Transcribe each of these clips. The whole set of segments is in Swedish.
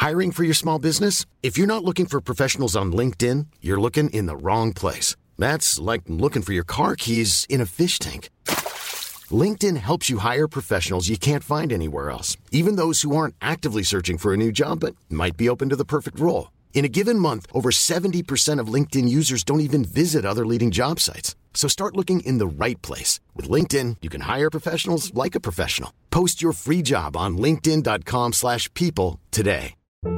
Hiring for your small business? If you're not looking for professionals on LinkedIn, you're looking in the wrong place. That's like looking for your car keys in a fish tank. LinkedIn helps you hire professionals you can't find anywhere else, even those who aren't actively searching for a new job but might be open to the perfect role. In a given month, over 70% of LinkedIn users don't even visit other leading job sites. So start looking in the right place. With LinkedIn, you can hire professionals like a professional. Post your free job on linkedin.com/people today.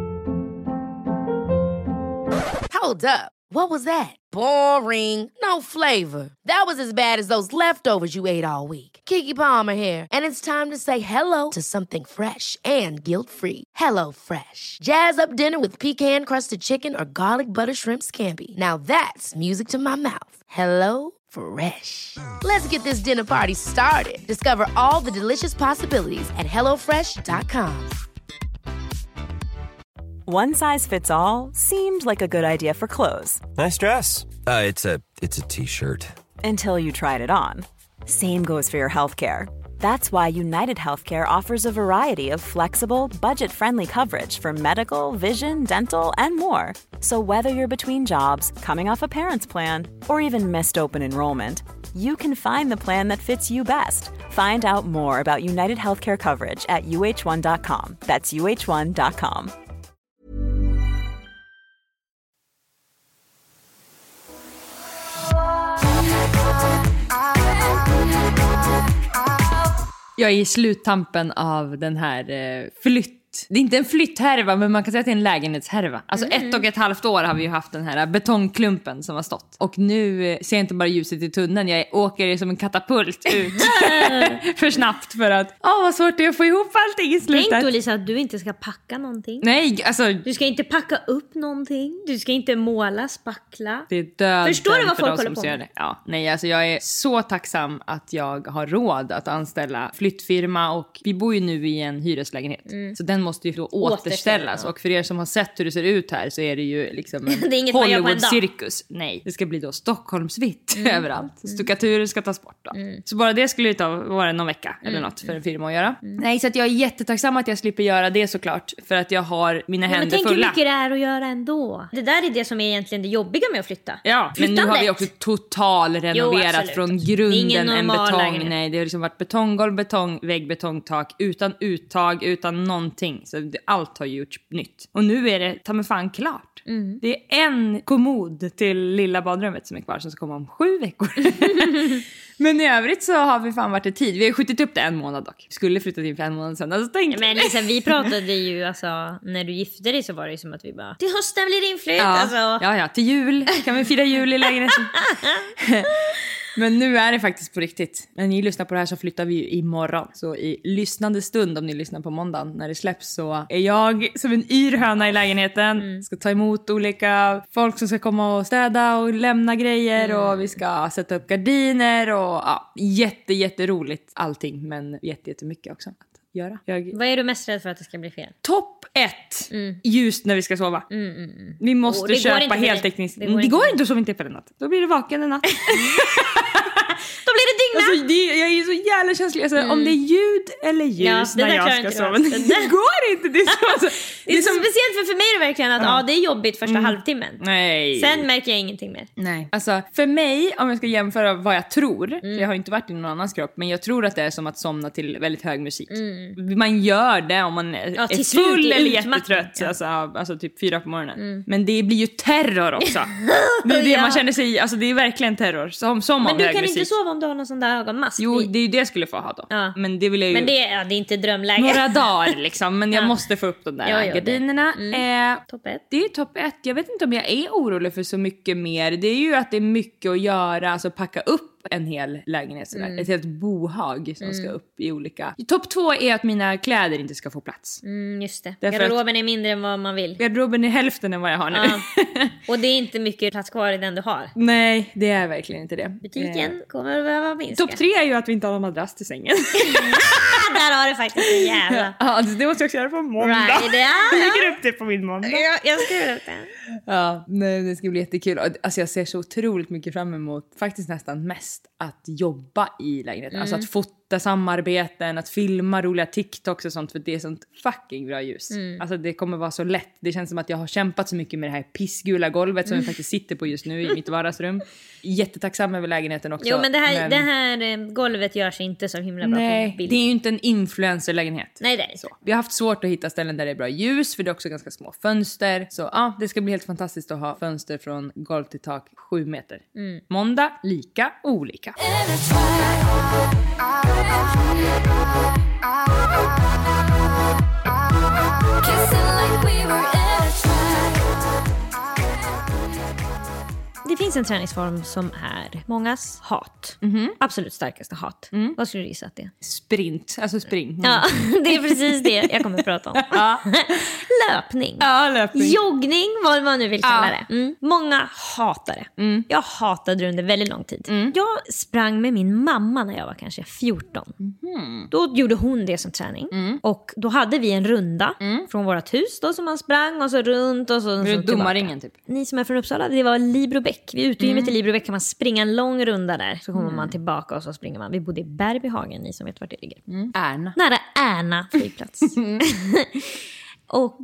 Hold up. What was that? Boring. No flavor. That was as bad as those leftovers you ate all week. Keke Palmer here, and it's time to say hello to something fresh and guilt-free. Hello Fresh. Jazz up dinner with pecan-crusted chicken or garlic butter shrimp scampi. Now that's music to my mouth. Hello Fresh. Let's get this dinner party started. Discover all the delicious possibilities at hellofresh.com. One size fits all seemed like a good idea for clothes. Nice dress. It's a t-shirt. Until you tried it on. Same goes for your healthcare. That's why United Healthcare offers a variety of flexible, budget-friendly coverage for medical, vision, dental, and more. So whether you're between jobs, coming off a parent's plan, or even missed open enrollment, you can find the plan that fits you best. Find out more about United Healthcare coverage at uh1.com. That's uh1.com. Jag är i sluttampen av den här flytt. Det är inte en flytthärva, men man kan säga att det är en lägenhetshärva. Alltså 1,5 år har vi ju haft den här betongklumpen som har stått. Och nu ser jag inte bara ljuset i tunneln. Jag åker som en katapult ut för snabbt för att vad svårt det är att få ihop allting i slutet. Tänk då Lisa att du inte ska packa någonting. Nej, alltså du ska inte packa upp någonting. Du ska inte måla, spackla. Det är död. Förstår du vad folk håller på med? Ja, nej, alltså jag är så tacksam att jag har råd att anställa flyttfirma. Och vi bor ju nu i en hyreslägenhet. Så den måste ju då återställas. Och för er som har sett hur det ser ut här så är det ju liksom en Hollywood-cirkus. Nej, det ska bli då Stockholmsvitt överallt. Stuckaturen ska tas bort då. Så bara det skulle ju vara någon vecka eller något för en firma att göra. Nej, så att jag är jättetacksam att jag slipper göra det såklart. För att jag har mina händer fulla. Men tänk hur mycket det är att göra ändå. Det där är det som är egentligen det jobbiga med att flytta. Ja, men nu har vi också totalrenoverat från grunden en betong. Nej, det har liksom varit betonggolv, betongvägg, betongtak utan uttag, utan någonting. Så allt har gjorts nytt. Och nu är det ta mig fan klart. Det är en kommod till lilla badrummet som är kvar som ska komma om 7 veckor. Men i övrigt så har vi fan varit i tid. Vi har skjutit upp det 1 månad dock. Vi skulle flytta in för 1 månad sedan. Alltså, men liksom, vi pratade ju alltså, när du gifte dig så var det ju som att vi bara till hösten blir det inflytt. Alltså. Ja, till jul. Kan vi fira jul i lägenheten? Men nu är det faktiskt på riktigt. När ni lyssnar på det här så flyttar vi ju imorgon. Så i lyssnande stund, om ni lyssnar på måndagen när det släpps, så är jag som en yrhöna i lägenheten. Ska ta emot olika folk som ska komma och städa och lämna grejer. Och vi ska sätta upp gardiner. Och jätteroligt allting. Men jättemycket också att göra. Vad är du mest rädd för att det ska bli fel? Topp 1. Just när vi ska sova. Vi måste köpa heltäcknings. Det går inte att sova inte på den natt. Då blir det vaken en natt. Då blir det dygna. Alltså, jag är så jävla känslig. Alltså, om det är ljud eller ljus när jag ska sova. Det går inte. Det är så speciellt för mig är det verkligen att det är jobbigt första halvtimmen. Nej. Sen märker jag ingenting mer. Nej. Alltså, för mig, om jag ska jämföra vad jag tror. För jag har inte varit i någon annans kropp. Men jag tror att det är som att somna till väldigt hög musik. Man gör det om man är full eller jättetrött. Alltså typ 4 på morgonen. Men det blir ju terror också. Det är det man känner sig. Alltså det är verkligen terror. Men du kan inte sova om du har någon sån där ögonmask. Jo, det är ju det jag skulle få ha då. Ja. Men det vill jag ju. Men det är inte drömläge. Några dagar liksom. Men jag måste få upp de där gardinerna. Topp 1. Det är topp 1. Jag vet inte om jag är orolig för så mycket mer. Det är ju att det är mycket att göra. Alltså packa upp en hel lägenhet sådär. Ett helt bohag som ska upp i olika. Topp 2 är att mina kläder inte ska få plats. Just det. Garderoben är mindre än vad man vill. Garderoben är hälften än vad jag har nu. Och det är inte mycket plats kvar i den du har. Nej, det är verkligen inte det. Butiken kommer att behöva minska. Topp 3 är ju att vi inte har någon madrass till sängen. Där har du faktiskt en jävla. Ja, det måste jag också göra på måndag. Right, Jag ligger upp det på min måndag. Ja, jag skriver upp det. Ja, nej, det ska bli jättekul. Alltså jag ser så otroligt mycket fram emot, faktiskt nästan mest, att jobba i lägenheten. Alltså att fota samarbeten, att filma roliga TikToks och sånt, för det är sånt fucking bra ljus. Alltså det kommer vara så lätt. Det känns som att jag har kämpat så mycket med det här pissgula golvet som jag faktiskt sitter på just nu i mitt vardagsrum. Jättetacksam över lägenheten också. Jo, men det här golvet gör sig inte så himla bra på bild. Det är ju inte en influencerlägenhet. Nej, det är så. Vi har haft svårt att hitta ställen där det är bra ljus, för det är också ganska små fönster. Så ja, det ska bli helt fantastiskt att ha fönster från golv till tak 7 meter. Måndag, lika, olika. Det finns en träningsform som är mångas hat. Absolut starkaste hat. Vad skulle du gissa att det är? Sprint, alltså spring. Ja, det är precis det jag kommer att prata om. Löpning. Ja, löpning. Joggning, vad man nu vill kalla det. Många hatar det. Jag hatade det under väldigt lång tid. Jag sprang med min mamma när jag var kanske 14. Då gjorde hon det som träning. Och då hade vi en runda från vårt hus då, som man sprang och så runt och så domarringen typ. Ni som är från Uppsala, det var Librobäck. Vid utegymmet i Librobäck kan man springa en lång runda där. Så kommer man tillbaka och så springer man. Vi bodde i Bergbyhagen, ni som vet vart det ligger. Ärna. Nära Ärna flygplats. Och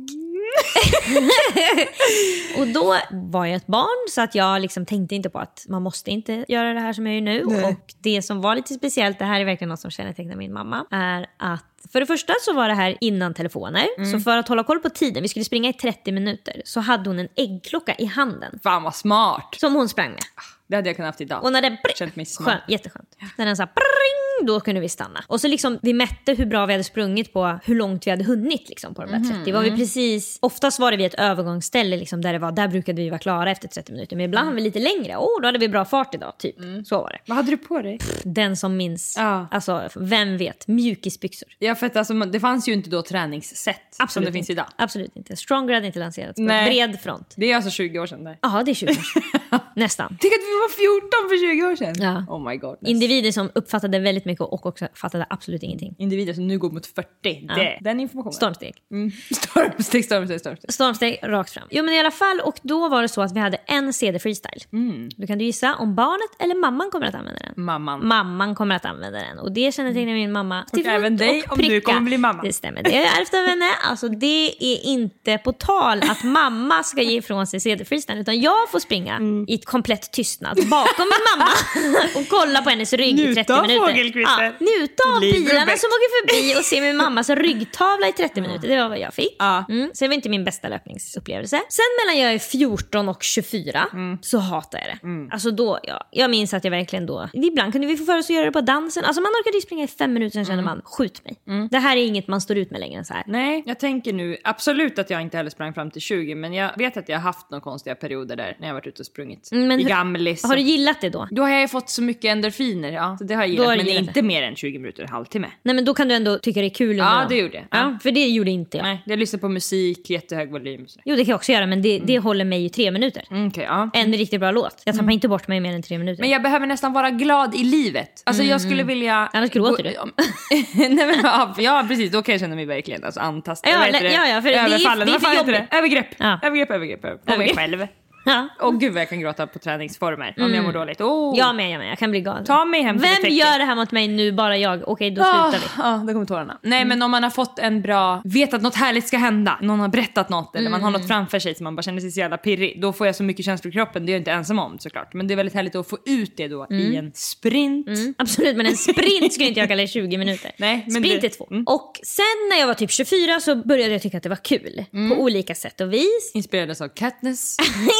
och då var jag ett barn, så att jag liksom tänkte inte på att man måste inte göra det här som jag gör nu. Nej. Och det som var lite speciellt, det här är verkligen något som kännetecknar min mamma, är att för det första så var det här innan telefoner. Så för att hålla koll på tiden, vi skulle springa i 30 minuter, så hade hon en äggklocka i handen. Fan vad smart. Som hon sprang med. Det hade jag kunnat haft idag. Och när den känt mig smart. Jätteskönt. När den sa pring, då kunde vi stanna. Och så liksom vi mätte hur bra vi hade sprungit på hur långt vi hade hunnit liksom på de där 30. Var vi precis, oftast var det vid ett övergångsställe liksom, där det var, där brukade vi vara klara efter 30 minuter. Men ibland var vi lite längre. Då hade vi bra fart idag typ. Så var det. Vad hade du på dig? Den som minns. Alltså vem vet, mjukisbyxor. Ja, för att alltså, det fanns ju inte då träningssätt som det finns idag. Absolut inte. Stronger hade inte lanserats på bred front. Det är alltså 20 år sedan där. Ja, det är 20 år sedan. Nästan. Tänk att vi var 14 för 20 år sedan. Ja. Oh my god. Individer som uppfattade väldigt mycket och också fattade absolut ingenting. Individer som nu går mot 40. Den informationen. Stormsteg. Stormsteg rakt fram. Jo, men i alla fall, och då var det så att vi hade en CD freestyle. Du kan du gissa om barnet eller mamman kommer att använda den. Mamman kommer att använda den. Och det kännetecknar min mamma. Och även dig om du kommer bli mamma. Det stämmer, det är ärvt av henne. Alltså det är inte på tal att mamma ska ge ifrån sig CD freestyle, utan jag får springa i ett komplett tystnad bakom min mamma och kolla på hennes rygg i 30 minuter. Njuta av bilarna som åker förbi och se min mammas ryggtavla i 30 minuter. Det var vad jag fick. Så det var inte min bästa löpningsupplevelse. Sen mellan jag är 14 och 24 så hatar jag det. Alltså då, jag minns att jag verkligen då, ibland kunde vi få för oss att göra det på dansen. Alltså man orkade ju springa i 5 minuter, sen kände man, skjut mig. Det här är inget man står ut med längre än så här. Nej, jag tänker nu, absolut att jag inte heller sprang fram till 20, men jag vet att jag har haft några konstiga perioder där när jag varit ute och sprungit. I gamlis. Har du gillat det då? Då har jag ju fått så mycket endorfiner, så det har jag gillat, men inte mer än 20 minuter, en halvtimme. Nej, men då kan du ändå tycka det är kul. Ja, det gjorde jag. Ja, för det gjorde inte jag. Nej, jag lyssnar på musik, jättehög volym. Jo, det kan jag också göra, men det håller mig i 3 minuter. En riktigt bra låt. Jag tappar inte bort mig mer än 3 minuter. Men jag behöver nästan vara glad i livet. Alltså jag skulle vilja... Annars gråter du. Nej, men, ja, precis. Då kan jag känna mig verkligen antastad. Ja, för överfallen. Det är för jobbigt. Övergrepp på mig själv. Gud vad jag kan gråta på träningsformer om jag mår dåligt. Jag med. Jag kan bli galen. Ta mig hem till Vem gör det här mot mig nu? Bara jag. Okej, då slutar vi. Ja, då kommer tårarna. Nej, men om man har fått en bra... Vet att något härligt ska hända. Någon har berättat något. Eller man har något framför sig som man bara känner sig så jävla pirrig. Då får jag så mycket känslor i kroppen. Det är jag inte ensam om såklart. Men det är väldigt härligt att få ut det då i en sprint. Absolut, men en sprint skulle inte jag kalla i 20 minuter. Nej, men sprint är 2. Och sen när jag var typ 24 så började jag tycka att det var kul. På olika sätt och vis. Inspirerades av Katniss.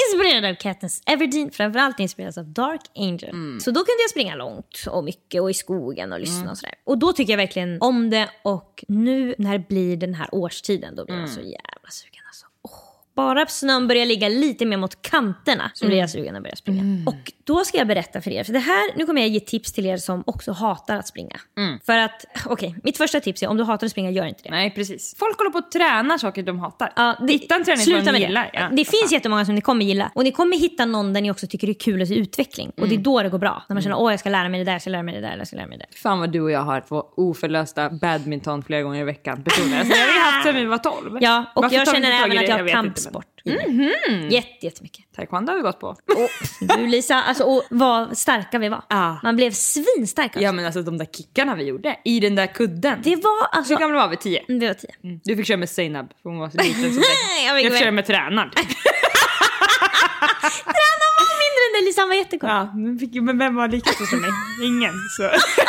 Everdeen, framförallt inspireras av Dark Angel. Så då kunde jag springa långt och mycket och i skogen och lyssna och sådär. Och då tycker jag verkligen om det. Och nu när det blir den här årstiden, då blir jag så jävla sugen alltså. bara snön börjar ligga lite mer mot kanterna så blir jag sugen att börja springa. Och då ska jag berätta för er, för det här, nu kommer jag ge tips till er som också hatar att springa. För att, mitt första tips är, om du hatar att springa, gör inte det. Nej, precis. Folk håller på att träna saker de hatar. Ja, hitta en träning som de gillar. Ja. Det finns jättemånga som ni kommer gilla. Och ni kommer hitta någon där ni också tycker det är kul att se utveckling. Och det är då det går bra. När man känner, jag ska lära mig det där, jag ska lära mig det där, jag ska lära mig det där. Fan vad du och jag har 2 oförlösta badminton flera gånger i veckan. Personer. Alltså, jag har ju haft sen vi var 12. Ja, och varför jag känner även att jag har vet kampsport. Jättemycket. Taekwondo har vi gått på. Du Lisa, alltså, och vad starka vi var. Man blev svinstarka. Alltså. Ja, men alltså de där kickarna vi gjorde i den där kudden. Det var alltså... Hur gamla var vi? 10? Vi var 10. Du fick köra med Zainab, för hon var så liten som dig. Jag fick köra med tränad. Tränad var mindre än det, Lisa, var jättegod. Ja, men vem var lika så som mig? Ingen, så...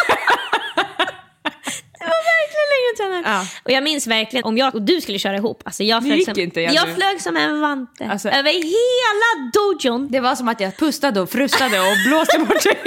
Ja. Och jag minns verkligen om jag och du skulle köra ihop. Alltså jag flög som en vante alltså, över hela dojon. Det var som att jag pustade och frustade och blåste bort sig.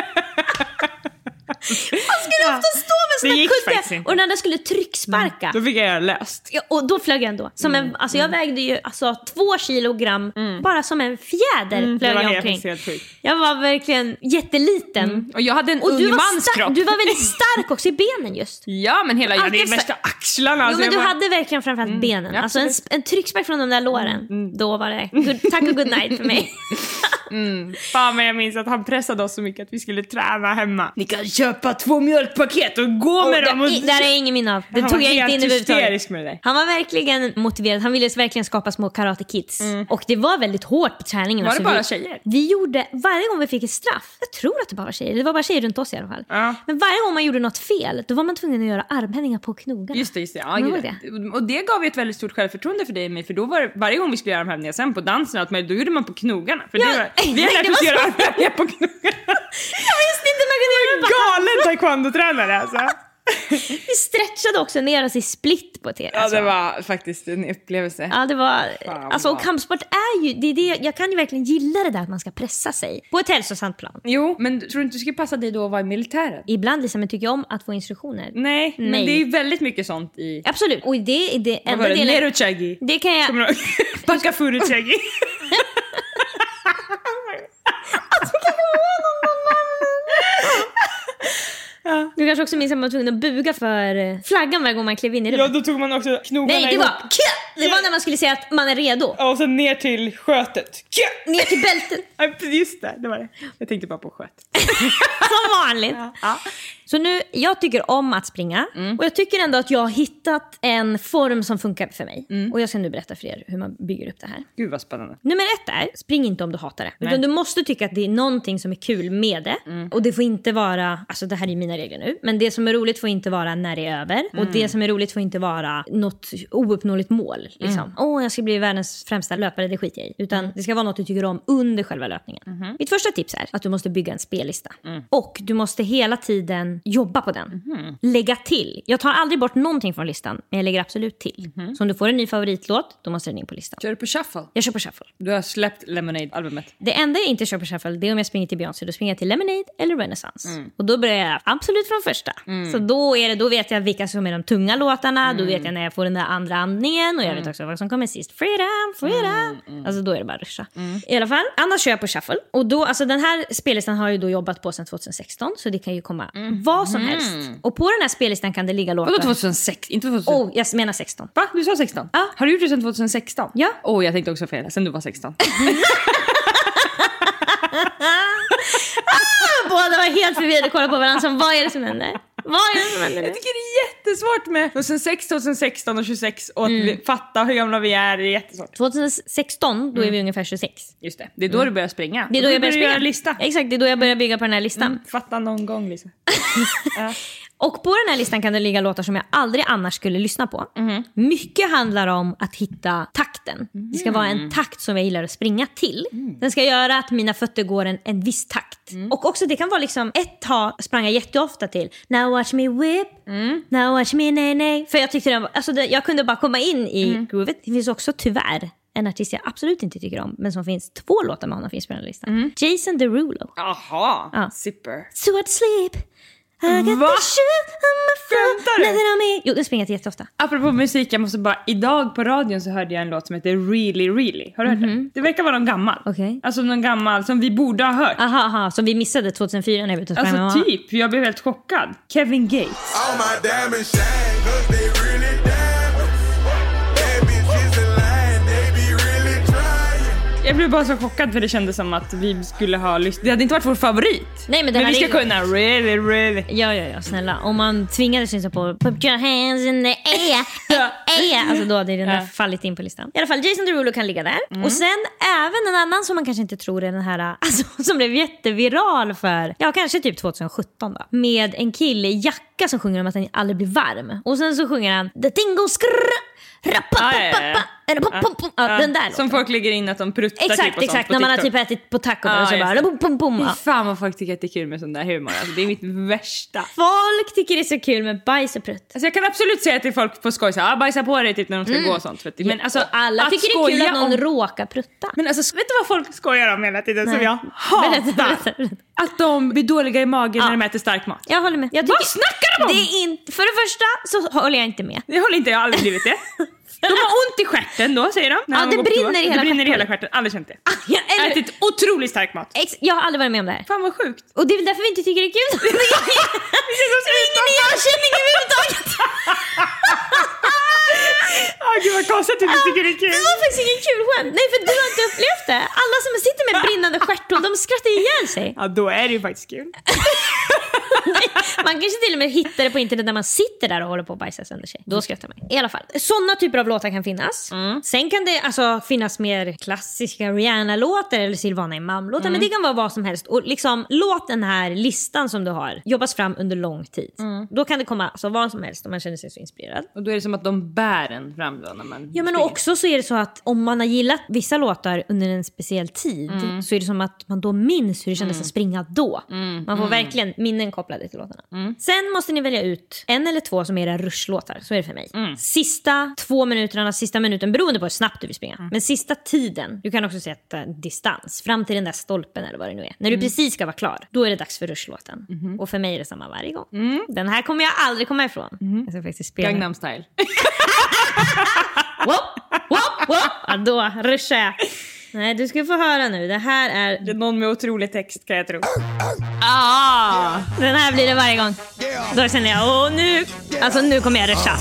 Man skulle ofta stå med såna kudde och när den skulle trycksparka. Då fick jag göra löst. Ja, och då flög jag ändå. Som en, alltså jag vägde ju 2 kilogram bara som en fjäder flög jag omkring. Jag var verkligen jätteliten. Och jag hade en ung mans kropp. Du var väldigt stark också i benen just. Ja, men hela det värsta axlarna. Jo, men du hade verkligen framförallt benen. Alltså en tryckspark från de där låren. Då var det tack och good night för mig. Fan, men jag minns att han pressade oss så mycket att vi skulle träna hemma. Ni kan köpa 2 mjölkpaket och gå med dem. Det där är ingen minne av. Det tog jag inte in i överhuvudtaget. Med det. Han var verkligen motiverad. Han ville verkligen skapa små karate kids. Och det var väldigt hårt på träningen. Var det bara tjejer? Vi gjorde, varje gång vi fick ett straff, jag tror att det bara var tjejer. Det var bara tjejer runt oss i alla fall. Ja. Men varje gång man gjorde något fel, då var man tvungen att göra armhävningar på knogarna. Just det. Ja, och det gav ju ett väldigt stort självförtroende för dig och mig. För då var det, varje gång vi skulle göra armhävningar sen på dansen, då gjorde man på knogarna. För det var, vi har lärt oss göra armhävningar på knogarna. Jag visste inte man kunde göra det. Galen taekwondo-tränare alltså. Vi stretchade också ner oss i split på det. Ja, det var faktiskt en upplevelse. Ja, det var... Alltså, och kampsport är ju... Jag kan ju verkligen gilla det där att man ska pressa sig. På ett hälsosamt plan. Jo, men tror du inte det skulle passa dig då att vara i militären? Ibland liksom, jag tycker om att få instruktioner. Nej, men det är ju väldigt mycket sånt i... Absolut. Och det enda delen... Neruchagi. Det kan jag... Pakafuruchagi. Ja. Du kanske också minns att man var tvungen att buga för flaggan varje gång man klev in i rummet. Ja, då tog man också knogarna. Nej, det var när man skulle säga att man är redo. Ja, och sen ner till skötet. Ner till bältet. Ja, just det var det. Jag tänkte bara på skötet. Som vanligt. Ja. Så nu, jag tycker om att springa. Och jag tycker ändå att jag har hittat en form som funkar för mig. Och jag ska nu berätta för er hur man bygger upp det här. Gud vad spännande. Nummer 1 är, spring inte om du hatar det. Utan du måste tycka att det är någonting som är kul med det. Och det får inte vara, alltså det här är mina regler nu. Men det som är roligt får inte vara när det är över. Och det som är roligt får inte vara något ouppnåeligt mål. Liksom. Jag ska bli världens främsta löpare, det skiter jag i. Utan det ska vara något du tycker om under själva löpningen. Mitt första tips är att du måste bygga en spellista. Och du måste hela tiden jobba på den. Lägga till. Jag tar aldrig bort någonting från listan, men jag lägger absolut till. Så om du får en ny favoritlåt, då måste den in på listan. Kör du på shuffle? Jag kör på shuffle. Du har släppt Lemonade-albumet. Det enda jag inte kör på shuffle, det är om jag springer till Beyoncé. Då springer jag till Lemonade eller Renaissance. Och då börjar jag absolut från första. Så då vet jag vilka som är de tunga låtarna. Då vet jag när jag får den där andra andningen. Och jag vet också vad som kommer sist. Freedom. Alltså då är det bara ruscha. I alla fall, annars kör jag på shuffle. Och då, alltså den här spellistan har jag då jobbat på sedan 2016. Så det kan ju komma vad som helst. Och på den här spellistan kan det ligga låtar. Vadå 2006? Inte 2016? Jag menar 16. Va? Du sa 16? Ja. Har du gjort det sedan 2016? Ja. Jag tänkte också fel. Sen du var 16. Båda var helt förvirrade och kollade på varandra som, vad är det som händer? Jag tycker det är jättesvårt med 2006, 2016 och 26 och att fatta hur gamla vi är jättesvårt. 2016, då är vi ungefär 26. Just det, det är då du börjar springa. Det är då jag börjar springa. Göra lista. Exakt, det är då jag börjar bygga på den här listan. Fatta någon gång liksom. Ja. Och på den här listan kan det ligga låtar som jag aldrig annars skulle lyssna på. Mycket handlar om att hitta takten. Det ska vara en takt som jag gillar att springa till. Den ska göra att mina fötter går en viss takt. Och också det kan vara liksom, ett tag sprang jag jätteofta till Now watch me whip, now watch me nay. För jag tyckte jag kunde bara komma in i groovet. Det finns också tyvärr en artist jag absolut inte tycker om, men som finns 2 låtar med honom finns på den här listan. Jason Derulo. Jaha, Zipper. So I'd sleep, Jo, den springer jätteofta. Apropå musik, jag måste bara... Idag på radion så hörde jag en låt som heter Really Really. Har du hört den? Det verkar vara någon gammal. Okay. Alltså någon gammal som vi borde ha hört. Aha, som vi missade 2004 när vi ute och sprang. Alltså typ, jag blev helt chockad. Kevin Gates. All my diamonds shine, 'cause they really diamonds. Bad bitches in line, they be really trying. Jag blev bara så chockad för det kändes som att vi skulle ha lyssnat. Det hade inte varit vår favorit. Nej, men vi ska kunna really, really. Ja, snälla. Om man tvingades lyssna på Put your hands in the air, alltså då hade den där fallit in på listan. I alla fall, Jason Derulo kan ligga där. Och sen även en annan som man kanske inte tror är den här, alltså, som blev jätteviral för, kanske typ 2017 då. Med en kille i jacka som sjunger om att han aldrig blir varm. Och sen så sjunger han The thing goes den där som folk lägger in att de pruttar. Exakt, när man har typ ätit på taco och så bara fan vad folk tycker att det är kul med sån där humor, alltså, det är mitt värsta. Folk tycker det är så kul med bajs och prutt. Alltså jag kan absolut säga till folk på skoj så bajsa på dig typ när de ska gå och sånt. Men alltså, alla tycker det är kul att någon råkar prutta. Men alltså, vet du vad folk skojar om hela tiden? Som jag hatar? Att de blir dåliga i magen när de äter stark mat. Jag håller med. Vad snackar de om? Det är inte, för det första så håller jag inte med. Det håller inte jag, aldrig blivit det. De har ont i stjärten då, säger de. Det brinner i hela stjärten. Aldrig känt det. Jag har ätit otroligt stark mat. Jag har aldrig varit med om det här. Fan vad sjukt. Och det är därför vi inte tycker det är kul. Ingen igenkänning överhuvudtaget. Gud vad konstigt att du tycker det är kul. Det var faktiskt ingen kul skämt. Nej, för du har inte upplevt det. Alla som sitter med brinnande stjärthål, de skrattar ihjäl sig. Ja, då är det ju faktiskt kul. Man kanske till och med hittar det på internet när man sitter där och håller på att bajsa sönder sig. Då skrattar man. I alla fall, sådana typer av låtar kan finnas. Sen kan det alltså finnas mer klassiska Rihanna-låtar eller Silvana Imam-låtar. Men det kan vara vad som helst. Och liksom, låt den här listan som du har jobbas fram under lång tid. Då kan det komma alltså, vad som helst om man känner sig så inspirerad. Och då är det som att de bär en fram då när man... Ja, men också så är det så att om man har gillat vissa låtar under en speciell tid så är det som att man då minns hur det kändes att springa då. Man får verkligen minnen kopplade till låtarna. Sen måste ni välja ut en eller två som är era ruschlåtar. Så är det för mig. Sista 2 minuterna, sista minuten, beroende på hur snabbt du vill springa. Men sista tiden, du kan också sätta distans fram till den där stolpen eller vad det nu är. När du precis ska vara klar, då är det dags för ruschlåten. Och för mig är det samma varje gång. Den här kommer jag aldrig komma ifrån. Jag ska faktiskt spela. Gangnam Style. Wop. Ja, då ruschar jag. Nej, du ska få höra nu. Det här är... Det är någon med otrolig text, kan jag tro. Den här blir det varje gång. Då känner jag, nu kommer jag ruscha.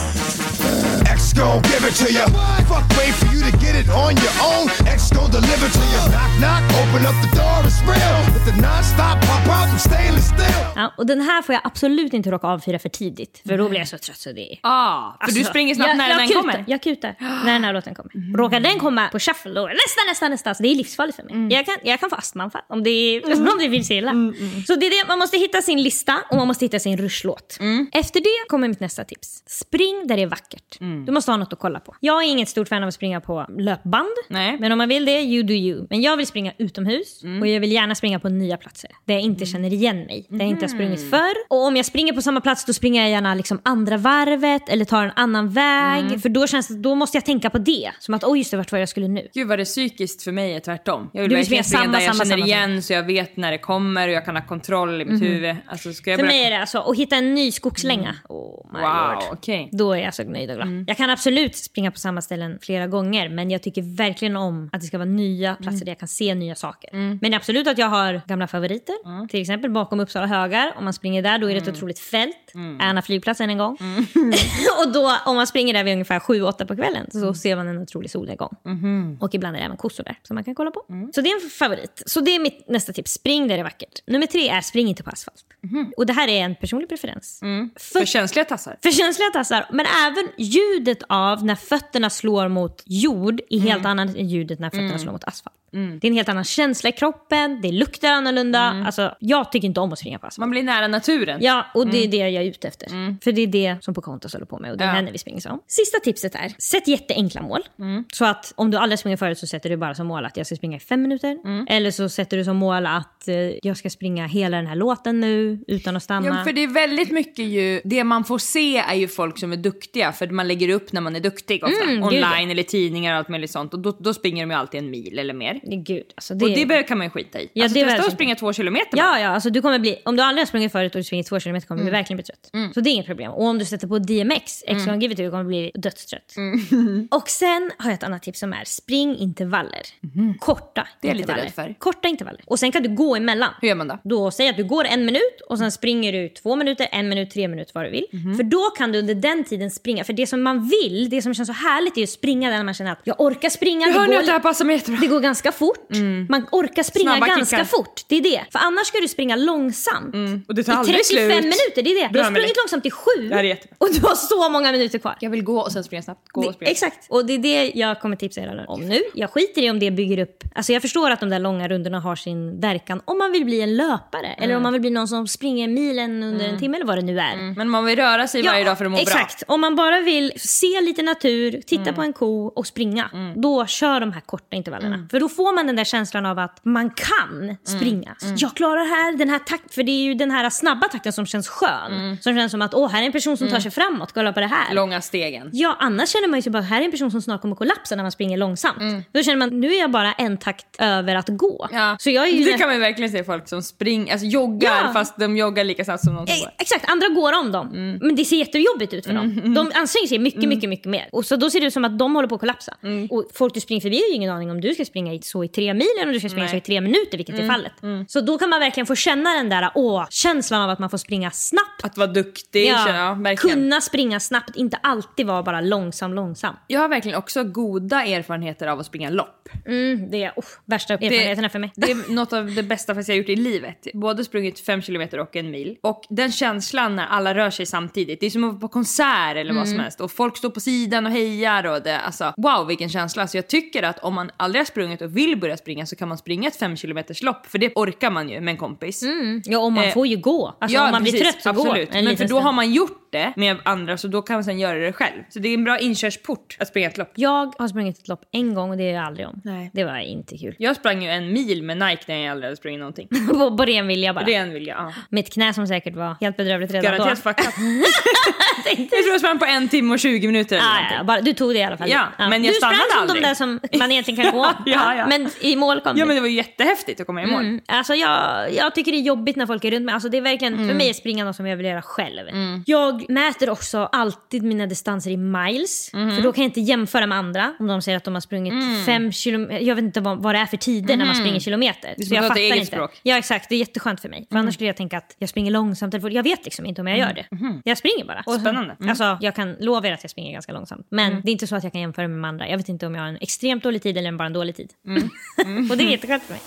X gon' give it to you. Fuck wait for you to get it on your own. X gon' deliver to you. Knock knock, open up the door, it's real. With the non-stop pop out from stainless steel. Ja, och den här får jag absolut inte råka avfyra för tidigt. För då blir jag så trött så det är... För du springer snabbt när den kommer. Jag kutar när den här låten kommer. Råkar den komma på shuffle då nästa. Så det är livsfarligt för mig. Jag kan få astmanfall om det vill se illa. Så det är det, man måste hitta sin lista och man måste hitta sin ruschlåt. Efter det kommer mitt nästa tips. Spring där det är vackert. Du måste ha något att kolla på. Jag är inget stort fan av att springa på löpband. Nej. Men om man vill det, you do you. Men jag vill springa utomhus. Och jag vill gärna springa på nya platser. Där jag inte känner igen mig. Där jag inte har sprungit förr. Och om jag springer på samma plats, då springer jag gärna liksom andra varvet. Eller tar en annan väg. För då känns det, då måste jag tänka på det. Som att, just det, vart var jag skulle nu. Gud vad det psykiskt för mig är tvärtom. Jag vill verkligen springa där jag känner igen. Så jag vet när det kommer och jag kan ha kontroll i mitt huvud. Alltså, ska jag för mig är det alltså, att hitta en ny skogslänga. Oh my lord. Okay. Då är jag så nöjd och glad. Jag kan absolut springa på samma ställen flera gånger. Men jag tycker verkligen om att det ska vara nya platser där jag kan se nya saker. Men absolut att jag har gamla favoriter. Till exempel bakom Uppsala högar. Om man springer där, då är det ett otroligt fält. Ärna flygplatsen en gång. Och då, om man springer där vid ungefär 7-8 på kvällen, så ser man en otrolig solnedgång. Och ibland är det även kossor där som man kan kolla på. Så det är en favorit. Så det är mitt nästa tips. Spring där det är vackert. Nummer 3 är spring inte på asfalt. Och det här är en personlig preferens. För känsliga tassar. För känsliga tassar. Men även ljudet av när fötterna slår mot jord är helt annat än ljudet när fötterna slår mot asfalt. Det är en helt annan känsla i kroppen. Det luktar annorlunda. Alltså, jag tycker inte om att springa på asfalt. Man blir nära naturen. Ja, och det är det jag är ute efter. För det är det som Pocahontas håller på med. Och det är när vi springer så. Sista tipset är, sätt jätteenkla mål. Så att om du aldrig springer förut, så sätter du bara som mål att jag ska springa i 5 minuter. Eller så sätter du som mål att jag ska springa hela den här låten nu utan att stanna. Ja, för det är väldigt mycket ju, det man får se är ju folk som är duktiga. För man lägger upp när man är duktig ofta. Online eller tidningar och allt möjligt sånt. Och då springer de ju alltid 1 mil eller mer. Gud, alltså Och det kan man ju skita i. Ja, alltså, det testa att springa 2 kilometer. Ja, alltså du kommer bli, om du aldrig har sprungit förut och du springer 2 kilometer kommer du verkligen bli trött. Så det är inget problem. Och om du sätter på DMX, X1 Give It To You, kommer bli dödstrött. Och sen har jag ett annat tips som är spring intervaller. Korta det är intervaller. Lite rädd för. Korta intervaller. Och sen kan du gå emellan. Hur gör man då? Då säger att du går 1 minut och sen springer du 2 minuter, 1 minut, 3 minuter, vad du vill. För då kan du under den tiden springa. För det som man vill, det som känns så härligt är att springa där man känner att jag orkar springa. Jag hör nu att det här passar mig jättebra. Det går ganska fort. Man orkar springa Snabba ganska kickar. fort. Det är det. För annars ska du springa långsamt. Och det tar I aldrig 35 slut. minuter, det är det. Du har Bra med sprungit det. långsamt i 7. Det här är jättebra. Och du har så många minuter kvar. Jag vill gå och sen springa snabbt. Gå och springa. Exakt. Och det är det jag kommer tipsa er om nu. Jag skiter i om det bygger upp. Alltså jag förstår att de där långa rundorna har sin verkan om man vill bli en löpare. Eller om man vill bli någon som springer milen under en timme eller vad det nu är. Men man vill röra sig varje dag för att må bra. Exakt. Om man bara vill se lite natur, titta på en ko och springa. Då kör de här korta intervallerna. För då får man den där känslan av att man kan springa. Jag klarar här, den här takt. För det är ju den här snabba takten som känns skön. Som känns som att här är en person som tar sig framåt. Kolla på det här. Långa stegen. Ja, annars känner man ju bara här är en person som snart kommer kollapsa när man springer långsamt. Då känner man, nu är jag bara en takt över att gå. Ja. Så jag är ju det kan man ju verkligen se folk som springer, alltså joggar fast de joggar lika snabbt som någon som går. Exakt, andra går om dem. Men det ser jättejobbigt ut för dem. De anstränger sig mycket mer. Och så då ser det ut som att de håller på att kollapsa. Och folk du springer förbi har ju ingen aning om du ska springa så i 3 mil eller om du ska springa så i 3 minuter, vilket är fallet. Så då kan man verkligen få känna den där känslan av att man får springa snabbt. Att vara duktig, verkligen. Kunna springa snabbt, inte alltid vara bara långsam. Jag har verkligen också goda erfarenheter av att springa lopp. Det är värsta erfarenheterna för mig. Det är något av det bästa jag har gjort i livet. Både sprungit 5 kilometer och 1 mil. Och den känslan när alla rör sig samtidigt. Det är som att vara på konsert eller vad som helst. Och folk står på sidan och hejar. Och det, alltså, wow, vilken känsla. Så jag tycker att om man aldrig har sprungit och vill börja springa så kan man springa ett 5 kilometers lopp. För det orkar man ju med en kompis. Ja, och man får ju gå. Alltså, om man blir trött så absolut. går. Men för då har man gjort det med andra så då kan man sen göra det själv. Så det är en bra inkörsport att springa ett lopp. Jag har sprungit ett lopp en gång och det är jag aldrig om. Nej. Det var inte kul. Jag sprang ju 1 mil med Nike när jag aldrig hade sprungit någonting. På ren vilja bara. Ren vilja, ja. Med ett knä som säkert var helt bedrövligt redan garanterat fuckat. Jag tror jag sprang på 1 timme och 20 minuter eller ja, bara, du tog det i alla fall. Ja, men jag stannade som aldrig. de där som man egentligen kan gå. Ja. Men i mål kom Ja, men det var ju jättehäftigt att komma i mål. Alltså jag tycker det är jobbigt när folk är runt mig. Alltså det är verkligen, för mig är springa något som jag vill göra själv. Jag mäter också alltid mina distanser i miles. För då kan jag inte jämföra med andra. Om de säger att de har sprungit 5 kilometer. Jag vet inte vad det är för tider när man springer kilometer. Det så jag fattar eget inte. Språk. Ja, exakt. Det är jätteskönt för mig. För annars skulle jag tänka att jag springer långsamt. Jag vet liksom inte om jag gör det. Jag springer bara. Spännande. Alltså jag kan lova er att jag springer ganska långsamt. Men det är inte så att jag kan jämföra med andra. Jag vet inte om jag har en extremt dålig tid eller bara en dålig tid. Och det är jätteskönt för mig.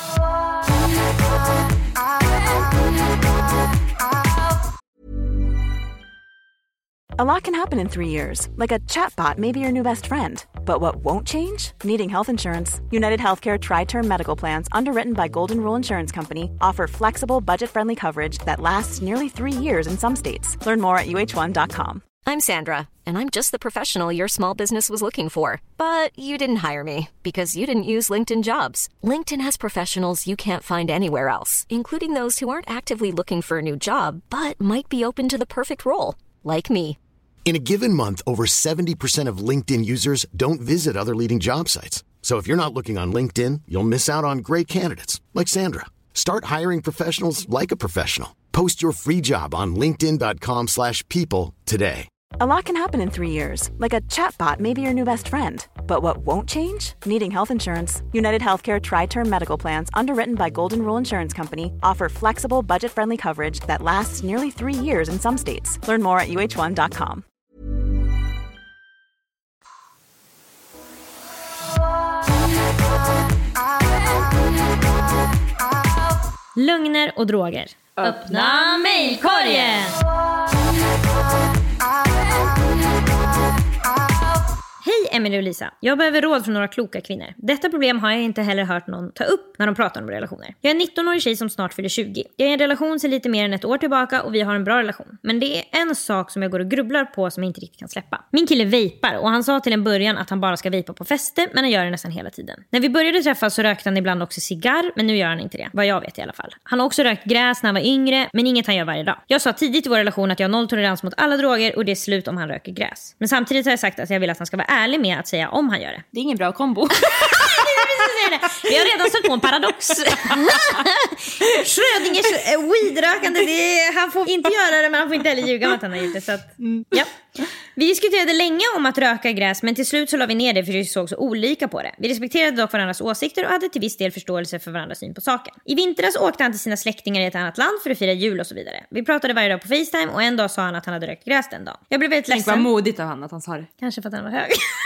A lot can happen in 3 years, like a chatbot may be your new best friend. But what won't change? Needing health insurance. United Healthcare Tri-Term Medical Plans, underwritten by Golden Rule Insurance Company, offer flexible, budget-friendly coverage that lasts nearly 3 years in some states. Learn more at uh1.com. I'm Sandra, and I'm just the professional your small business was looking for. But you didn't hire me because you didn't use LinkedIn Jobs. LinkedIn has professionals you can't find anywhere else, including those who aren't actively looking for a new job, but might be open to the perfect role, like me. In a given month, over 70% of LinkedIn users don't visit other leading job sites. So if you're not looking on LinkedIn, you'll miss out on great candidates like Sandra. Start hiring professionals like a professional. Post your free job on linkedin.com/people today. A lot can happen in 3 years, like a chatbot may be your new best friend. But what won't change? Needing health insurance. United Healthcare Tri-Term Medical Plans, underwritten by Golden Rule Insurance Company, offer flexible, budget-friendly coverage that lasts nearly 3 years in some states. Learn more at uh1.com. Lögner och droger. Öppna mejlkorgen! Hej Emily och Lisa, jag behöver råd från några kloka kvinnor. Detta problem har jag inte heller hört någon ta upp när de pratar om relationer. Jag är en 19-årig tjej som snart fyller 20. Jag är i en relation sedan lite mer än ett år tillbaka och vi har en bra relation. Men det är en sak som jag går och grubblar på som jag inte riktigt kan släppa. Min kille vejpar och han sa till en början att han bara ska vejpa på fester, men han gör det nästan hela tiden. När vi började träffas så rökte han ibland också cigarr, men nu gör han inte det. Vad jag vet i alla fall. Han har också rökt gräs när han var yngre, men inget han gör varje dag. Jag sa tidigt i vår relation att jag har 0 tolerans mot alla droger och det är slut om han röker gräs. Men samtidigt har jag sagt att jag vill att han ska vara ärlig med att säga om han gör det. Det är ingen bra kombo. Det är Vi har redan stött på en paradox. Schrödingers weedrökande, han får inte göra det, men han får inte heller ljuga om att han har gjort det. Så att, ja. Vi diskuterade länge om att röka gräs, men till slut så la vi ner det för vi såg så olika på det. Vi respekterade dock varandras åsikter och hade till viss del förståelse för varandras syn på saken. I vintras åkte han till sina släktingar i ett annat land för att fira jul och så vidare. Vi pratade varje dag på FaceTime och en dag sa han att han hade rökt gräs den dag. Jag blev väldigt ledsen. Tänk vad modigt av han att han sa det. Kanske för att han var hög.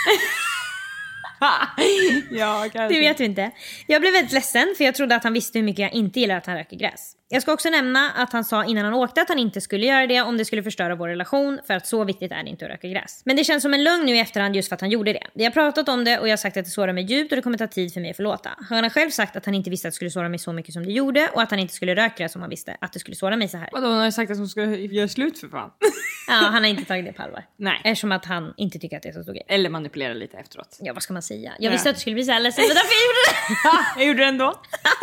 Ja, kanske. Det vet vi inte. Jag blev väldigt ledsen för jag trodde att han visste hur mycket jag inte gillar att han röker gräs. Jag ska också nämna att han sa innan han åkte att han inte skulle göra det om det skulle förstöra vår relation, för att så viktigt är det inte att röka gräs. Men det känns som en lögn nu i efterhand just för att han gjorde det. Vi har pratat om det och jag har sagt att det sårar mig djupt och det kommer ta tid för mig att förlåta. Han har själv sagt att han inte visste att det skulle såra mig så mycket som det gjorde och att han inte skulle röka gräs om han visste att det skulle såra mig så här. Vadå, hon har sagt att hon ska göra slut för fan. Ja, han har inte tagit det på allvar. Nej. Eftersom att han inte tycker att det är så stor grej. Eller manipulera lite efteråt. Ja, vad ska man säga? Jag visste att det skulle bli så här ledsen, men därför jag gjorde det. Ja, jag gjorde det ändå.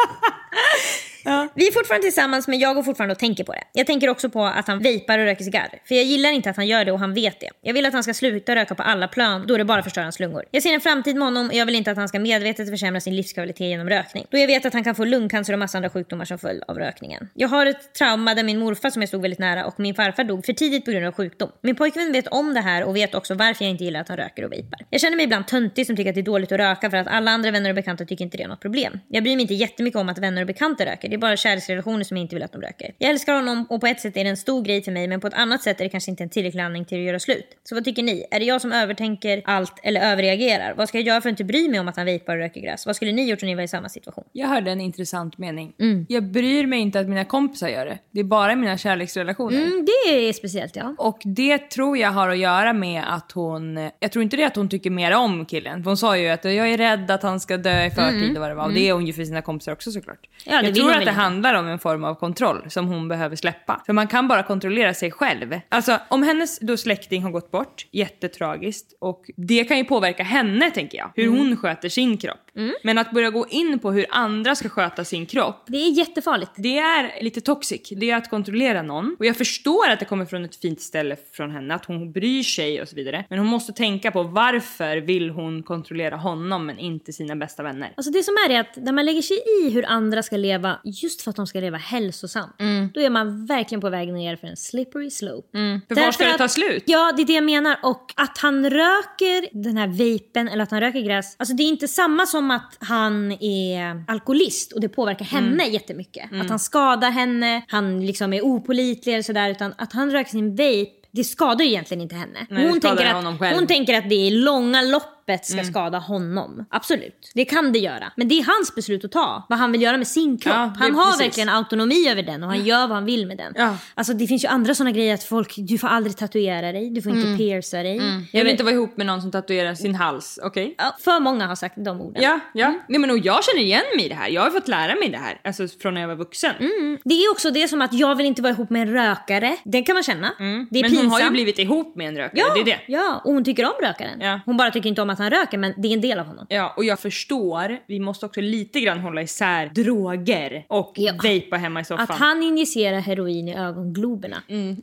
Ja. Vi är fortfarande tillsammans, men jag går fortfarande och tänker på det. Jag tänker också på att han vejpar och röker cigarr. För jag gillar inte att han gör det och han vet det. Jag vill att han ska sluta röka på alla plan, då det bara förstör hans lungor. Jag ser en framtid med honom och jag vill inte att han ska medvetet försämra sin livskvalitet genom rökning. Då jag vet att han kan få lungcancer och massa andra sjukdomar som följd av rökningen. Jag har ett trauma där min morfar som jag stod väldigt nära och min farfar dog för tidigt på grund av sjukdom. Min pojkvän vet om det här och vet också varför jag inte gillar att han röker och vejpar. Jag känner mig ibland töntig som tycker att det är dåligt att röka för att alla andra vänner och bekanta tycker inte det är något problem. Jag bryr mig inte jättemycket om att vänner och bekanta röker. Det är bara kärleksrelationer som jag inte vill att de röker. Jag älskar honom och på ett sätt är det en stor grej för mig, men på ett annat sätt är det kanske inte en tillräcklig anledning till att göra slut. Så vad tycker ni? Är det jag som övertänker allt eller överreagerar? Vad ska jag göra för att inte bry mig om att han vejpar och röker gräs? Vad skulle ni gjort om ni var i samma situation? Jag hörde en intressant mening. Jag bryr mig inte att mina kompisar gör det. Det är bara mina kärleksrelationer. Det är speciellt, ja. Och det tror jag har att göra med att hon... Jag tror inte det att hon tycker mer om killen. För hon sa ju att jag är rädd att han ska dö i förtid och vad det var. Och det är hon ju för sina kompisar också såklart. Ja, jag tror att det handlar om en form av kontroll som hon behöver släppa. För man kan bara kontrollera sig själv. Alltså om hennes då släkting har gått bort, jättetragiskt. Och det kan ju påverka henne, tänker jag. Hur hon sköter sin kropp. Men att börja gå in på hur andra ska sköta sin kropp, det är jättefarligt. Det är lite toxic. Det är att kontrollera någon. Och jag förstår att det kommer från ett fint ställe från henne, att hon bryr sig och så vidare. Men hon måste tänka på varför vill hon kontrollera honom men inte sina bästa vänner. Alltså det som är att när man lägger sig i hur andra ska leva just för att de ska leva hälsosamt, då är man verkligen på väg ner för en slippery slope. För var ska det ta slut? Ja, det är det jag menar. Och att han röker den här vapen eller att han röker gräs, alltså det är inte samma som att han är alkoholist och det påverkar henne jättemycket. Att han skadar henne, han liksom är opålitlig eller sådär, utan att han röker sin vape, det skadar ju egentligen inte henne. Nej, hon tänker att det är långa loppet ska skada honom. Absolut, det kan det göra. Men det är hans beslut att ta, vad han vill göra med sin kropp. Ja, han har verkligen autonomi över den och han gör vad han vill med den. Ja. Alltså det finns ju andra sådana grejer att folk, du får aldrig tatuera dig, du får inte pierca dig. Jag vill inte vara ihop med någon som tatuerar sin hals, okej? Ja, för många har sagt de orden. Ja. Nej, men och jag känner igen mig i det här. Jag har fått lära mig det här, alltså från när jag var vuxen. Det är också det som att jag vill inte vara ihop med en rökare. Det kan man känna. Det är men pinsamt. hon har ju blivit ihop med en rökare, det är det. Ja, och hon tycker om rökaren. Ja. Hon bara tycker inte om att han röker, men det är en del av honom. Ja, och jag förstår, vi måste också lite grann hålla isär droger och vejpa hemma i soffan. Att han injicerar heroin i ögongloberna,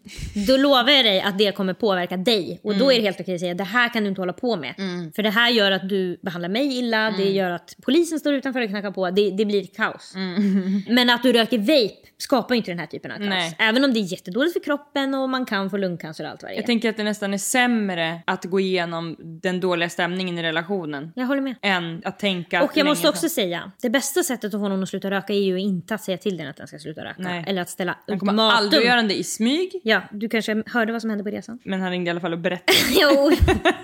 då lovar jag dig att det kommer påverka dig. Och då är det helt okej att säga, det här kan du inte hålla på med. För det här gör att du behandlar mig illa, det gör att polisen står utanför och knackar på, det blir kaos. Men att du röker vape skapar inte den här typen av kaos. Nej. Även om det är jättedåligt för kroppen och man kan få lungcancer och allt vad det är. Jag tänker att det nästan är sämre att gå igenom den dåliga stämningen i relationen. Jag håller med. Än att tänka. Och jag måste också säga, det bästa sättet att få någon att sluta röka är ju inte att säga till den att den ska sluta röka. Nej. Eller att ställa Han kommer ultimatum. aldrig göra det i smyg. Ja, du kanske hörde vad som hände på resan. Men han ringde i alla fall och berättade. Jo.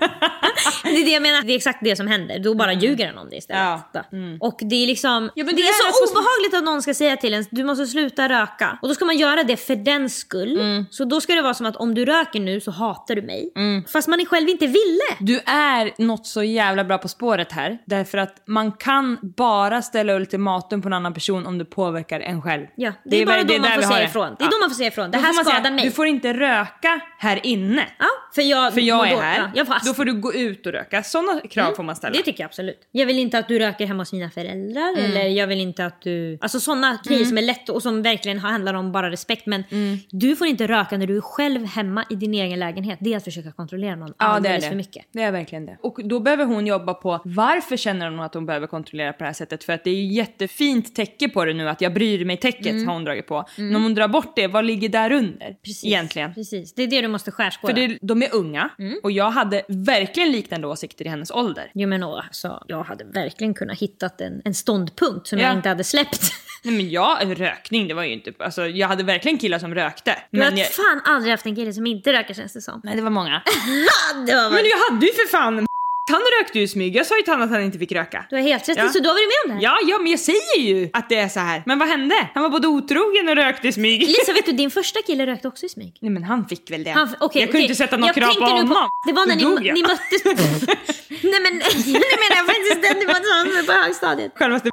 Det är det jag menar, det är exakt det som händer. Då bara ljuger han om det istället. Ja. Och det är liksom, ja, men det är så obehagligt att någon ska säga till en, du måste sluta röka. Och då ska man göra det för den skull. Så då ska det vara som att om du röker nu så hatar du mig. Fast man själv inte ville. Du är något så jävla bra på spåret här. Därför att man kan bara ställa ultimatum på en annan person om det påverkar en själv. Ja, det är bara då man får säga ifrån. Det är då man får säga ifrån. Det här skadar mig. Du får inte röka här inne. Ja, för jag är då, här. Ja, då får du gå ut ut och röka. Sådana krav får man ställa. Det tycker jag absolut. Jag vill inte att du röker hemma hos mina föräldrar. Eller jag vill inte att du... Alltså sådana grejer som är lätt och som verkligen handlar om bara respekt. Men du får inte röka när du är själv hemma i din egen lägenhet. Det är att försöka kontrollera någon alldeles för mycket. Det är verkligen det. Och då behöver hon jobba på varför känner hon att hon behöver kontrollera på det här sättet. För att det är ju jättefint täcke på det nu. Att jag bryr mig täcket har hon dragit på. Men om hon drar bort det, vad ligger där under? Precis. Egentligen. Precis. Det är det du måste skärskåda. För de är unga. Och jag hade verkligen liknande åsikter i hennes ålder. Jo men så jag hade verkligen kunnat hittat en ståndpunkt som jag inte hade släppt. Nej men rökning, det var ju inte... Alltså jag hade verkligen killar som rökte. Du har fan aldrig haft en kille som inte röker, känns det som. Nej, det var många. Det var men jag hade ju för fan... Han rökte ju smyg. Jag sa ju till honom att han inte fick röka. Du har helt rätt, så då var du med om det här. Ja, men jag säger ju att det är så här. Men vad hände? Han var både otrogen och rökte i smyg. Lisa, vet du, din första kille rökte också i smyg. Nej, men han fick väl det. Jag kunde inte sätta något krav på honom. Det var när ni möttes. Nej, men det menar jag faktiskt. Det var sån på högstadiet. Självaste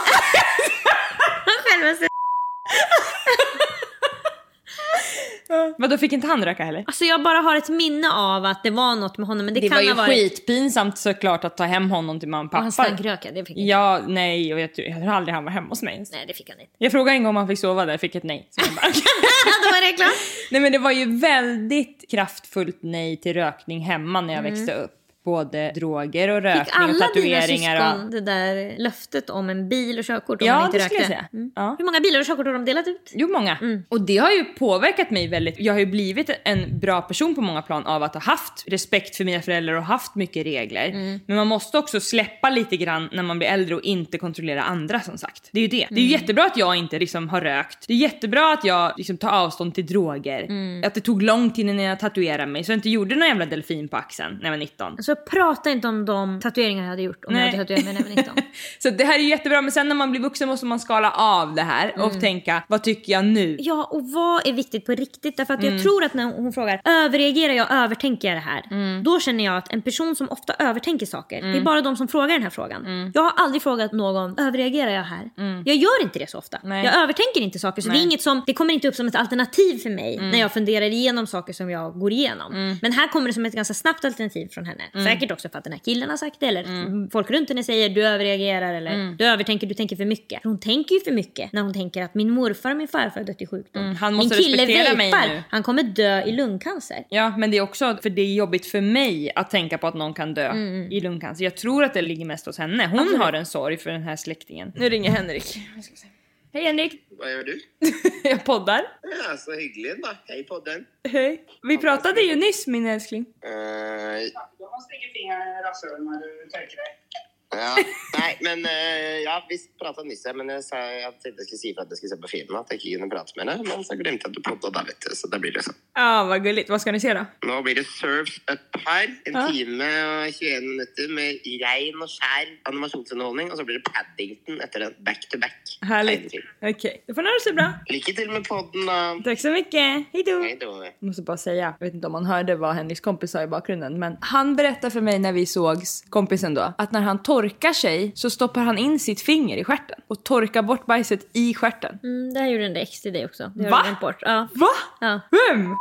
Vadå, fick inte han röka heller? Alltså jag bara har ett minne av att det var något med honom. Men det kan var ju ha varit... skitpinsamt såklart att ta hem honom till mamma och pappa. Och han stankröka, det fick inte. Ja, nej, och jag tror aldrig han var hemma hos mig. Nej, det fick han inte. Jag frågade en gång om han fick sova där, fick ett nej. Så jag bara, då var det klart. Nej, men det var ju väldigt kraftfullt nej till rökning hemma när jag växte upp. Både droger och rökning och tatueringar. Fick alla dina syskon det där löftet om en bil och körkort om man inte rökte? Ja, det skulle jag säga. Ja. Hur många bilar och körkort har de delat ut? Jo, många. Och det har ju påverkat mig väldigt. Jag har ju blivit en bra person på många plan av att ha haft respekt för mina föräldrar och haft mycket regler. Men man måste också släppa lite grann när man blir äldre och inte kontrollera andra, som sagt. Det är ju det. Det är ju jättebra att jag inte liksom har rökt. Det är jättebra att jag liksom tar avstånd till droger. Att det tog lång tid innan jag tatuerade mig så jag inte gjorde någon jävla delfin på axeln när jag var 19. Så prata inte om de tatueringar jag hade gjort om jag hade tatuerat mig när jag var 19. Så det här är jättebra, men sen när man blir vuxen måste man skala av det här och tänka, vad tycker jag nu? Ja, och vad är viktigt på riktigt? Därför att jag tror att när hon frågar, överreagerar jag, övertänker jag det här? Då känner jag att en person som ofta övertänker saker, det är bara de som frågar den här frågan. Jag har aldrig frågat någon, överreagerar jag här? Jag gör inte det så ofta. Nej. Jag övertänker inte saker, så det är inget som, det kommer inte upp som ett alternativ för mig när jag funderar igenom saker som jag går igenom. Men här kommer det som ett ganska snabbt alternativ från henne. Säkert också för att den här killen har sagt det, eller folk runt henne säger du överreagerar, eller du övertänker, du tänker för mycket. För hon tänker ju för mycket när hon tänker att min morfar och min farfar har dött i sjukdom. Han måste min kille respektera mig nu. Han kommer dö i lungcancer. Ja, men det är också för det är jobbigt för mig att tänka på att någon kan dö i lungcancer. Jag tror att det ligger mest hos henne. Hon har en sorg för den här släktingen. Nu ringer Henrik. Hej Henrik. Vad gör du? Jag poddar. Ja, så hyggligt då. Hej podden. Hej. Vi pratade ju nyss, min älskling. Du måste lägga fingrar i rasshålet när du tänker dig. Ja, nej, men ja, vi pratade nyss, men jag tänkte jag skulle säga för att jag skulle se på filmen att jag inte kunde prata med henne, men så glömde jag att du poddade där, vet du, så det blir det så. Ja, vad gulligt. Vad ska ni se då? Nu blir det Surf's Up här, en timme och 21 minuter med regn och skär animationsunderhållning, och så blir det Paddington efter den back-to-back. Härligt. Okej, då får ni ha det så bra. Lycka till med podden då. Tack så mycket. Hej då. Hej då. Jag måste bara säga, jag vet inte om man hörde vad Henriks kompis sa i bakgrunden, men han berättade för mig när vi sågs, kompisen då, att när han torkar sig så stoppar han in sitt finger i stjärten och torkar bort bajset i stjärten. Det här gjorde den där ex till dig också. Det Va? Bort. Ja. Va? Ja. Vem?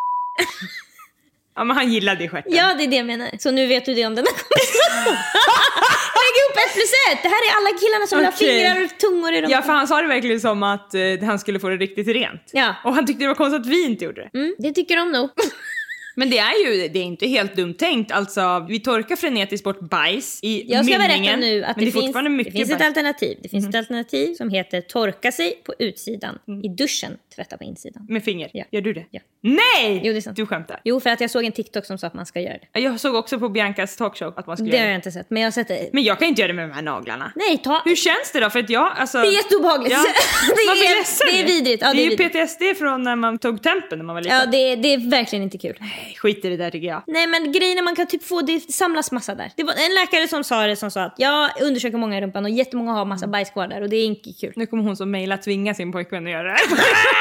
Ja, men han gillade i stjärten. Ja, det är det jag menar. Så nu vet du det om den här konversationen. Lägg ihop 1+1. Det här är alla killarna som vill ha fingrar och tungor i dem. Ja, för han sa det verkligen som att han skulle få det riktigt rent. Ja. Och han tyckte det var konstigt att vi inte gjorde det. Det tycker de nog. Men det är inte helt dumt tänkt. Alltså, vi torkar frenetiskt bort bajs i mynningen. Jag ska berätta nu att det finns ett alternativ. Det finns ett alternativ som heter torka sig på utsidan. I duschen, tvätta på insidan. Med finger? Ja. Gör du det? Ja. Nej! Jo, det är sant. Du skämtar. Jo, för att jag såg en TikTok som sa att man ska göra det. Jag såg också på Biancas talkshow att man skulle Det göra har jag inte sett, men jag har sett det. Men jag kan inte göra det med de här naglarna. Nej, Hur känns det då? För att jag, alltså... Det är jätteobehagligt. Ja. det är vidrigt. Ja, det är ju PTSD från när man tog tempen när man var liten. Ja, det är verkligen inte kul. Nej, skit i det där tycker jag. Nej, men grejen är man kan typ få det samlas massa där. Det var en läkare som sa att jag undersöker många i rumpan och jättemånga har massa bajs kvar där och det är inte kul. Nu kommer hon som mejla tvinga sin pojkvän att göra det.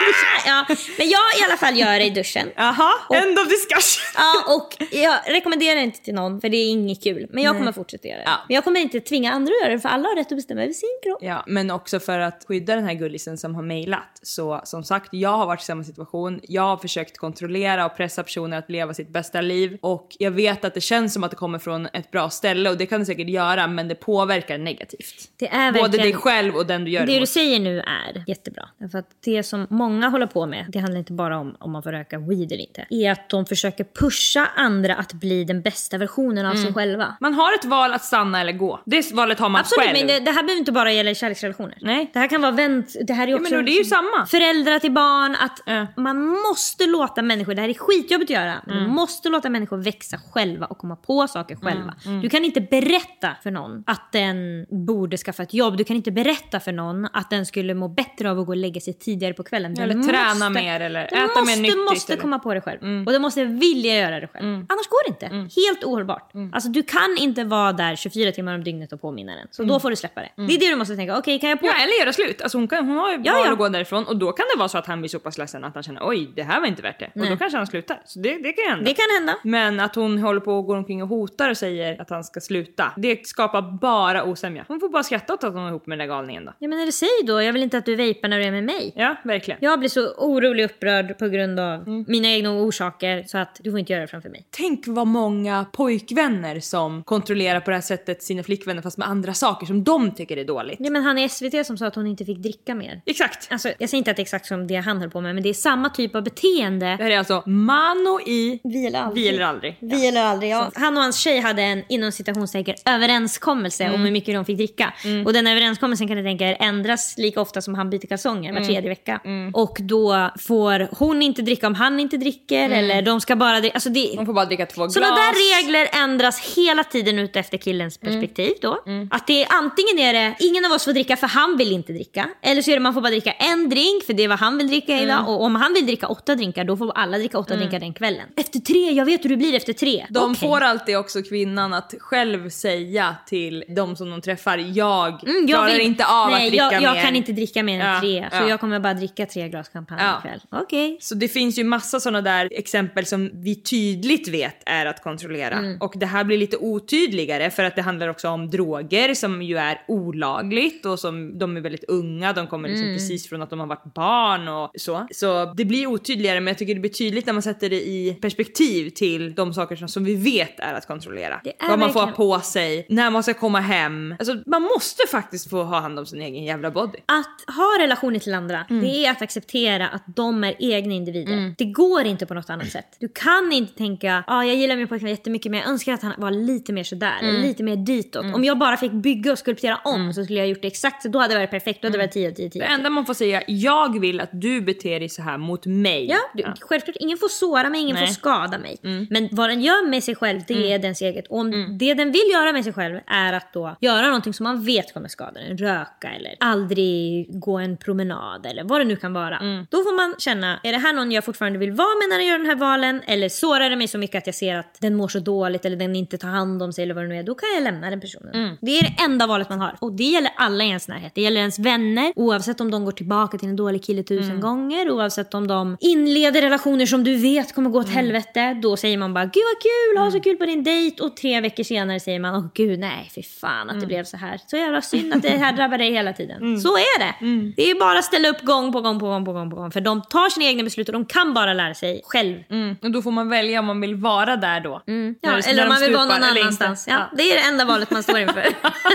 Ja, men jag i alla fall gör det i duschen. Jaha, end of discussion. Ja, och jag rekommenderar inte till någon för det är inget kul. Men jag kommer fortsätta göra det. Ja. Men jag kommer inte tvinga andra att göra det för alla har rätt att bestämma över sin kropp. Ja, men också för att skydda den här gullisen som har mejlat. Så som sagt, jag har varit i samma situation. Jag har försökt kontrollera och pressa personer att leva sitt bästa liv. Och jag vet att det känns som att det kommer från ett bra ställe. Och det kan det säkert göra, men det påverkar negativt. Det är både dig själv och den du gör det du säger nu är jättebra. För att det som många håller på med, det handlar inte bara om man får röka weed eller inte, är att de försöker pusha andra att bli den bästa versionen av sig själva. Man har ett val att stanna eller gå. Det valet har man absolut, själv. Men det här behöver inte bara gälla kärleksrelationer. Nej. Det här kan vara det här är också men det är ju samma. Föräldrar till barn, att man måste låta människor, det här är skitjobbigt att göra, men man måste låta människor växa själva och komma på saker själva. Du kan inte berätta för någon att den borde skaffa ett jobb. Du kan inte berätta för någon att den skulle må bättre av att gå och lägga sig tidigare på kvällen. Eller träna mer eller äta mer nyttigt. Du måste komma på det själv. Och du måste vilja göra det själv. Annars går det inte. Helt ohållbart. Alltså du kan inte vara där 24 timmar om dygnet och påminna den. Så då får du släppa det. Det är det du måste tänka. Okej, kan jag Ja, eller göra slut. Alltså hon har ju bara att gå därifrån. Och då kan det vara så att han blir så pass ledsen att han känner oj, det här var inte värt det. Och då kanske han slutar. Så det kan hända. Det kan hända. Men att hon håller på och går omkring och hotar och säger att han ska sluta, det skapar bara osämja. Hon får bara skratta åt att hon är ihop med den där galningen då. Ja, men eller säg då, jag vill inte att du vejpar när du är med mig. Ja, verkligen. Jag blir så orolig och upprörd på grund av mina egna orsaker, så att du får inte göra det framför mig. Tänk vad många pojkvänner som kontrollerar på det här sättet sina flickvänner fast med andra saker som de tycker är dåligt. Ja, men han är SVT som sa att hon inte fick dricka mer. Exakt. Alltså, jag säger inte att det är exakt som det han höll på med, men det är samma typ av beteende. Det här är alltså mano i vi eller aldrig. Vi eller aldrig. Ja. Han och hans tjej hade en inom citationstecken överenskommelse om hur mycket de fick dricka. Och den överenskommelsen kan ni tänka er ändras lika ofta som han byter kalsonger var tredje vecka. Och då får hon inte dricka om han inte dricker eller de ska bara dricka. Alltså de får bara dricka 2 glas. Sådana där regler ändras hela tiden ut efter killens perspektiv då. Att det är antingen är det ingen av oss får dricka för han vill inte dricka. Eller så är det man får bara dricka en drink för det är vad han vill dricka idag. Och om han vill dricka 8 drinkar då får alla dricka 8 drinkar den kvällen. Efter 3, jag vet hur du blir efter 3. De får alltid också kvinnan att själv säga till de som de träffar jag klarar inte av att dricka mer. Jag kan inte dricka mer än 3 så jag kommer bara dricka 3 glas champagne ikväll. Okej. Så det finns ju massa sådana där exempel som vi tydligt vet är att kontrollera. Och det här blir lite otydligare för att det handlar också om droger som ju är olagligt och som de är väldigt unga. De kommer liksom precis från att de har varit barn och så. Så det blir otydligare, men jag tycker det blir tydligt när man sätter det i perspektiv till de saker som vi vet är att kontrollera. Vad man får ha på sig, när man ska komma hem. Alltså man måste faktiskt få ha hand om sin egen jävla body. Att ha relationer till andra, det är att acceptera att de är egna individer. Det går inte på något annat sätt. Du kan inte tänka, jag gillar min pojkvän jättemycket men jag önskar att han var lite mer sådär, eller lite mer ditåt. Om jag bara fick bygga och skulptera om så skulle jag gjort det exakt så då hade det varit perfekt, då hade det varit 10 av 10. Det enda man får säga, jag vill att du beter dig så här mot mig. Självklart, ingen får såra mig, ingen får skada mig. Men vad den gör med sig själv, det är dens eget. Och om det den vill göra med sig själv är att då göra någonting som man vet kommer skada den, röka eller aldrig gå en promenad eller vad det nu kan vara. Då får man känna, är det här någon jag fortfarande vill vara med när jag gör den här valen, eller sårar det mig så mycket att jag ser att den mår så dåligt eller den inte tar hand om sig eller vad det nu är, då kan jag lämna den personen. Det är det enda valet man har. Och det gäller alla i ens närhet. Det gäller ens vänner, oavsett om de går tillbaka till en dålig kille 1000 gånger, oavsett om de inleder relationer som du vet kommer gå åt helvete. Då säger man bara, gud vad kul, ha så kul på din dejt. Och 3 veckor senare säger man, åh gud nej, för fan att det blev så här. Så jävla synd att det här drabbar dig hela tiden. Så är det. Det är bara att ställa upp gång på gång. För de tar sina egna beslut och de kan bara lära sig själv. Och då får man välja om man vill vara där då. Eller om man vill vara någon annanstans. Det är det enda valet man står inför.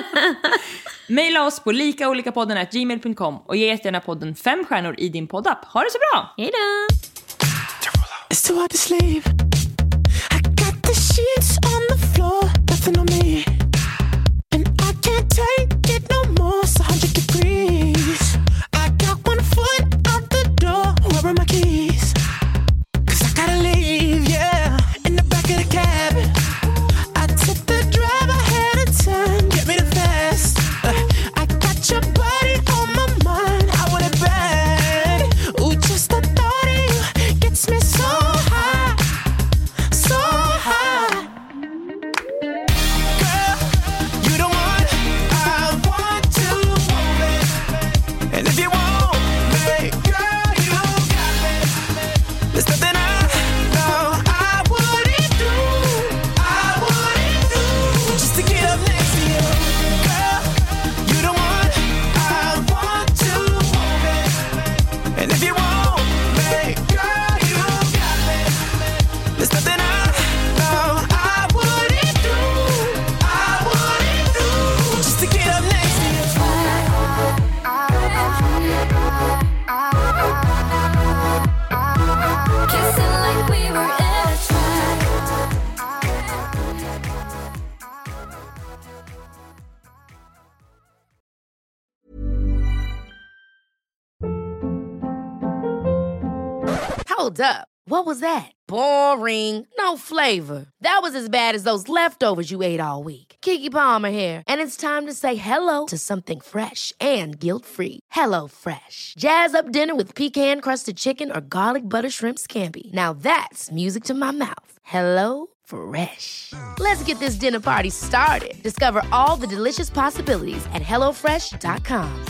Maila oss på likaolikapodden@gmail.com och ge gärna podden 5 stjärnor i din poddapp. Ha det så bra! Hejdå! It's too hard to sleep. I got the sheets on the floor, nothing on me. And I can't take it no more, it's 100 degrees. I got 1 foot out the door, where are my keys? 'Cause I gotta leave, yeah. In the back of the cab, I took the drive ahead of time, get me the fast. I got your body on my mind, I want it bad. Ooh, just the thought of you gets me so high, so high. Girl, you the one I'll Hold up. What was that? Boring. No flavor. That was as bad as those leftovers you ate all week. Keke Palmer here, and it's time to say hello to something fresh and guilt-free. Hello Fresh. Jazz up dinner with pecan-crusted chicken or garlic butter shrimp scampi. Now that's music to my mouth. Hello Fresh. Let's get this dinner party started. Discover all the delicious possibilities at hellofresh.com.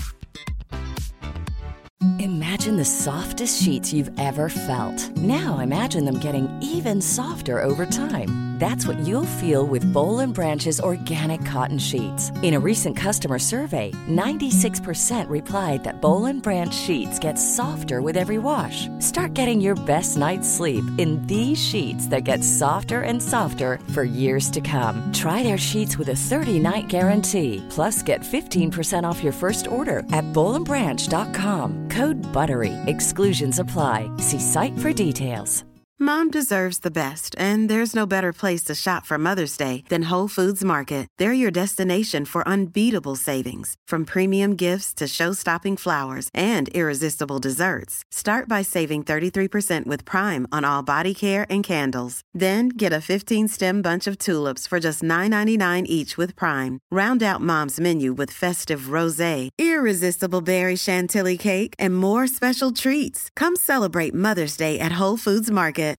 Imagine the softest sheets you've ever felt. Now imagine them getting even softer over time. That's what you'll feel with Boll & Branch's organic cotton sheets. In a recent customer survey, 96% replied that Boll & Branch sheets get softer with every wash. Start getting your best night's sleep in these sheets that get softer and softer for years to come. Try their sheets with a 30-night guarantee. Plus, get 15% off your first order at BollandBranch.com. Code BUTTERY. Exclusions apply. See site for details. Mom deserves the best, and there's no better place to shop for Mother's Day than Whole Foods Market. They're your destination for unbeatable savings, from premium gifts to show-stopping flowers and irresistible desserts. Start by saving 33% with Prime on all body care and candles. Then get a 15-stem bunch of tulips for just $9.99 each with Prime. Round out Mom's menu with festive rosé, irresistible berry chantilly cake, and more special treats. Come celebrate Mother's Day at Whole Foods Market.